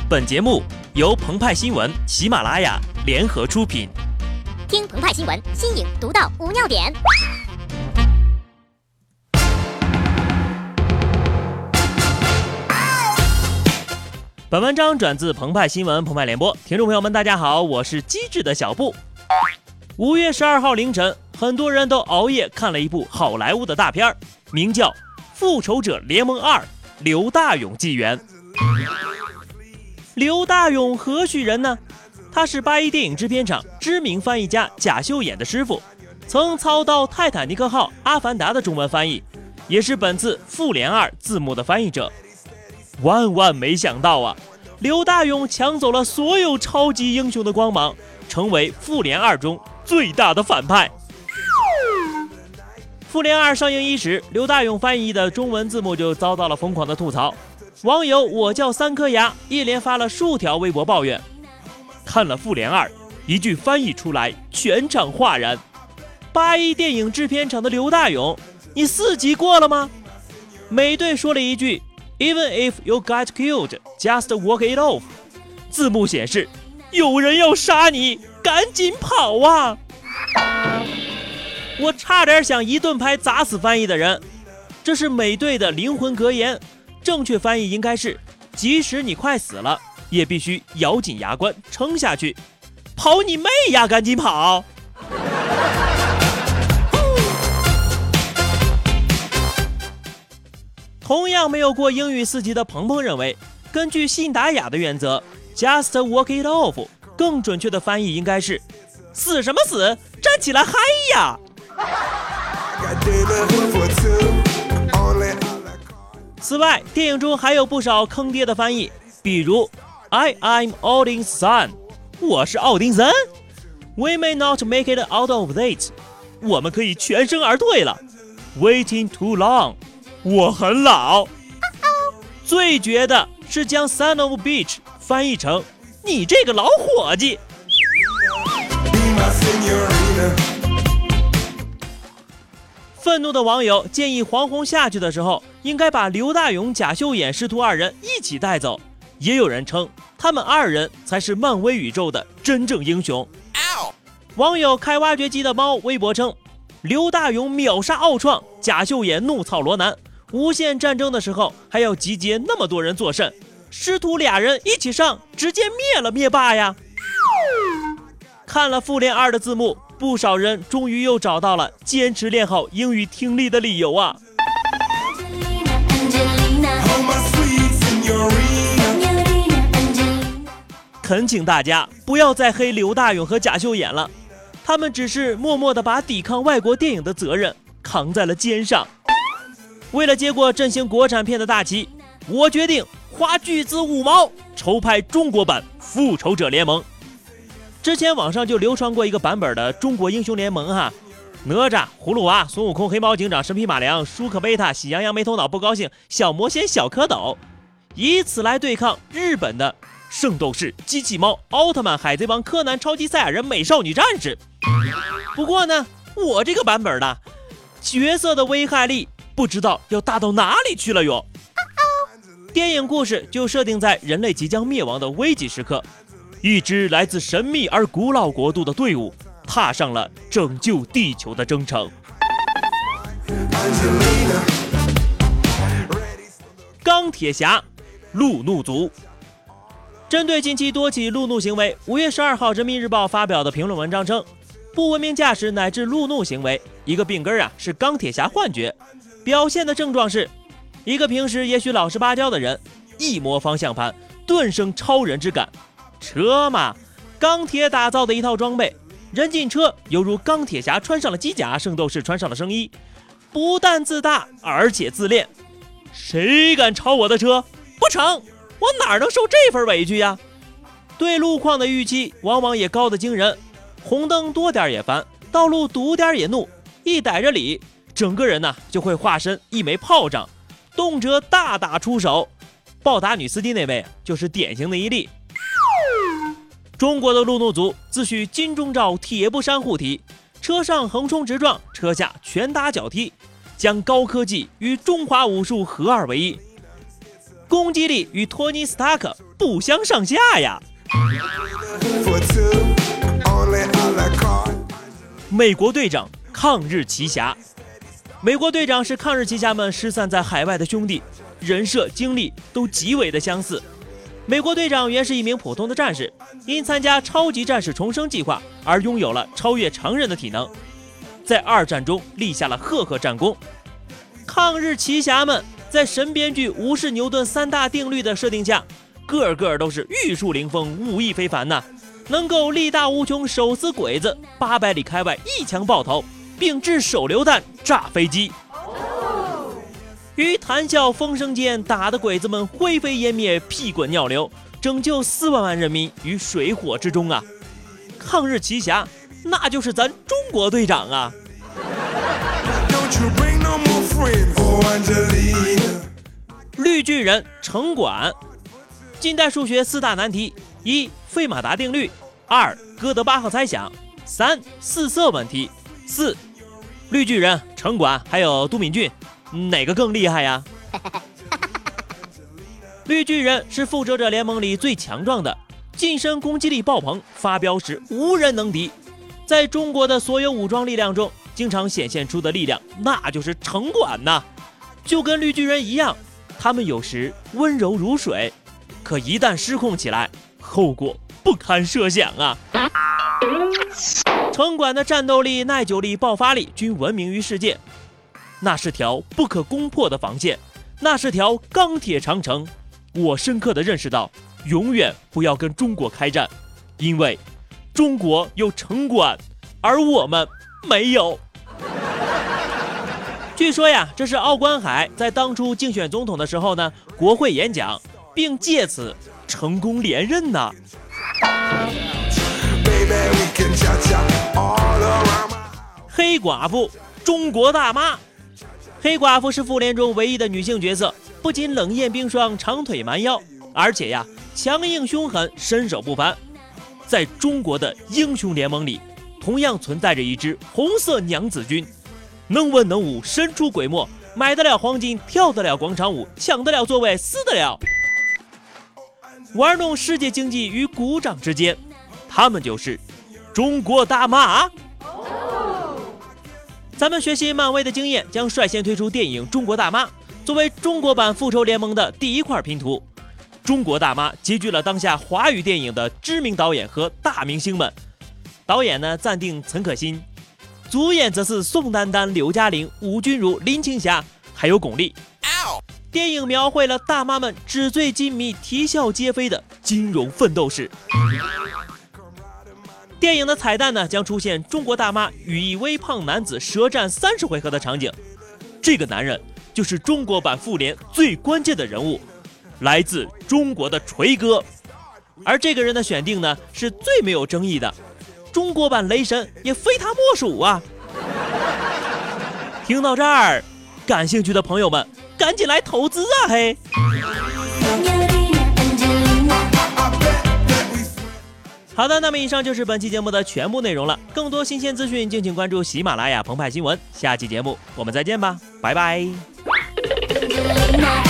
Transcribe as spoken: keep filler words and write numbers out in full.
本节目由澎湃新闻、喜马拉雅联合出品。 听澎湃新闻，新颖独到，无尿点。 本文章转自澎湃新闻澎湃联播，听众朋友们，大家好，我是机智的小布。五月十二号凌晨，很多人都熬夜看了一部好莱坞的大片，名叫《复仇者联盟二：刘大勇纪元》。刘大勇何许人呢？他是八一电影制片厂知名翻译家贾秀衍的师傅，曾操刀泰坦尼克号、阿凡达的中文翻译，也是本次复联二字幕的翻译者。万万没想到啊，刘大勇抢走了所有超级英雄的光芒，成为复联二中最大的反派。复联二上映伊始，刘大勇翻译的中文字幕就遭到了疯狂的吐槽。网友我叫三颗牙一连发了数条微博抱怨，看了复联二，一句翻译出来，全场哗然。八一电影制片厂的刘大勇，你四级过了吗？美队说了一句 Even if you get killed, just walk it off。 字幕显示有人要杀你，赶紧跑啊！我差点想一顿拍砸死翻译的人。这是美队的灵魂格言，正确翻译应该是即使你快死了，也必须咬紧牙关撑下去。跑你妹呀，赶紧跑！同样没有过英语四级的鹏鹏认为，根据信达雅的原则 Just walk it off 更准确的翻译应该是死什么死，站起来嗨呀！此外，电影中还有不少坑爹的翻译，比如 I am Odin's son， 我是奥丁森。 We may not make it out of it， 我们可以全身而退了。 Waiting too long， 我很老。最绝的是将 Son of Bitch 翻译成你这个老伙计。愤怒的网友建议黄宏下去的时候，应该把刘大勇、贾秀衍师徒二人一起带走。也有人称他们二人才是漫威宇宙的真正英雄。网友开挖掘机的猫微博称，刘大勇秒杀奥创，贾秀衍怒操罗南，无限战争的时候还要集结那么多人作甚，师徒俩人一起上，直接灭了灭霸呀！看了复联二的字幕，不少人终于又找到了坚持练好英语听力的理由啊！恳请大家不要再黑刘大勇和贾秀衍了，他们只是默默地把抵抗外国电影的责任扛在了肩上。为了接过振兴国产片的大旗，我决定花巨资五毛筹拍中国版《复仇者联盟》。之前网上就流传过一个版本的中国英雄联盟哈，哪吒、葫芦娃、孙悟空、黑猫警长、神皮马良、舒克贝塔、喜羊羊、没头脑、不高兴、小魔仙、小蝌蚪，以此来对抗日本的圣斗士、机器猫、奥特曼、海贼王、柯南、超级赛亚人、美少女战士。不过呢，我这个版本的角色的危害力不知道要大到哪里去了哟。电影故事就设定在人类即将灭亡的危急时刻，一支来自神秘而古老国度的队伍踏上了拯救地球的征程。钢铁侠路怒族。针对近期多起路怒行为，五月十二号人民日报发表的评论文章称，不文明驾驶乃至路怒行为一个病根啊是钢铁侠幻觉，表现的症状是一个平时也许老实巴交的人，一摸方向盘顿生超人之感。车嘛，钢铁打造的一套装备，人进车犹如钢铁侠穿上了机甲，圣斗士穿上了圣衣，不但自大而且自恋。谁敢超我的车？不成，我哪能受这份委屈呀？对路况的预期往往也高得惊人，红灯多点也烦，道路堵点也怒，一逮着理，整个人呢就会化身一枚炮仗，动辄大打出手。暴打女司机那位就是典型的一例。中国的路怒族自诩金钟罩铁布衫护体，车上横冲直撞，车下拳打脚踢，将高科技与中华武术合二为一。 攻击力与托尼·斯塔克不相上下呀。美国队长，抗日奇侠。美国队长是抗日奇侠们失散在海外的兄弟，人设经历都极为的相似。美国队长原是一名普通的战士，因参加超级战士重生计划而拥有了超越常人的体能，在二战中立下了赫赫战功。抗日奇侠们在神编剧无视牛顿三大定律的设定下，个个都是玉树临风，武艺非凡呐、啊，能够力大无穷，手撕鬼子，八百里开外一枪爆头，并掷手榴弹炸飞机。于谈笑风生间，打的鬼子们灰飞烟灭，屁滚尿流，拯救四万万人民于水火之中啊！抗日奇侠，那就是咱中国队长啊！绿巨人城管。近代数学四大难题：一、费马达定律；二、哥德巴赫猜想；三、四色问题；四、绿巨人、城管还有都敏俊，哪个更厉害呀？绿巨人是复仇者联盟里最强壮的，近身攻击力爆棚，发飙时无人能敌。在中国的所有武装力量中，经常显现出的力量，那就是城管呐。就跟绿巨人一样，他们有时温柔如水，可一旦失控起来，后果不堪设想啊！城管的战斗力、耐久力、爆发力均闻名于世界，那是条不可攻破的防线，那是条钢铁长城。我深刻地认识到，永远不要跟中国开战，因为中国有城管，而我们没有。据说呀，这是奥关海在当初竞选总统的时候呢，国会演讲，并借此成功连任呢。黑寡妇，中国大妈。黑寡妇是复联中唯一的女性角色，不仅冷艳冰霜、长腿蛮腰，而且呀，强硬凶狠，身手不凡。在中国的英雄联盟里，同样存在着一支红色娘子军，能文能武，神出鬼没，买得了黄金，跳得了广场舞，抢得了座位，撕得了，玩弄世界经济于股掌之间。他们就是中国大妈。咱们学习漫威的经验，将率先推出电影《中国大妈》，作为中国版复仇联盟的第一块拼图。中国大妈集聚了当下华语电影的知名导演和大明星们。导演呢暂定陈可辛，主演则是宋丹丹、刘嘉玲、吴君如、林青霞，还有巩俐。电影描绘了大妈们纸醉金迷、啼笑皆非的金融奋斗史。电影的彩蛋呢，将出现中国大妈与一微胖男子舌战三十回合的场景。这个男人就是中国版复联最关键的人物，来自中国的锤哥。而这个人的选定呢，是最没有争议的，中国版雷神也非他莫属啊！听到这儿，感兴趣的朋友们赶紧来投资啊嘿！好的，那么以上就是本期节目的全部内容了。更多新鲜资讯，敬请关注喜马拉雅澎湃新闻。下期节目我们再见吧，拜拜。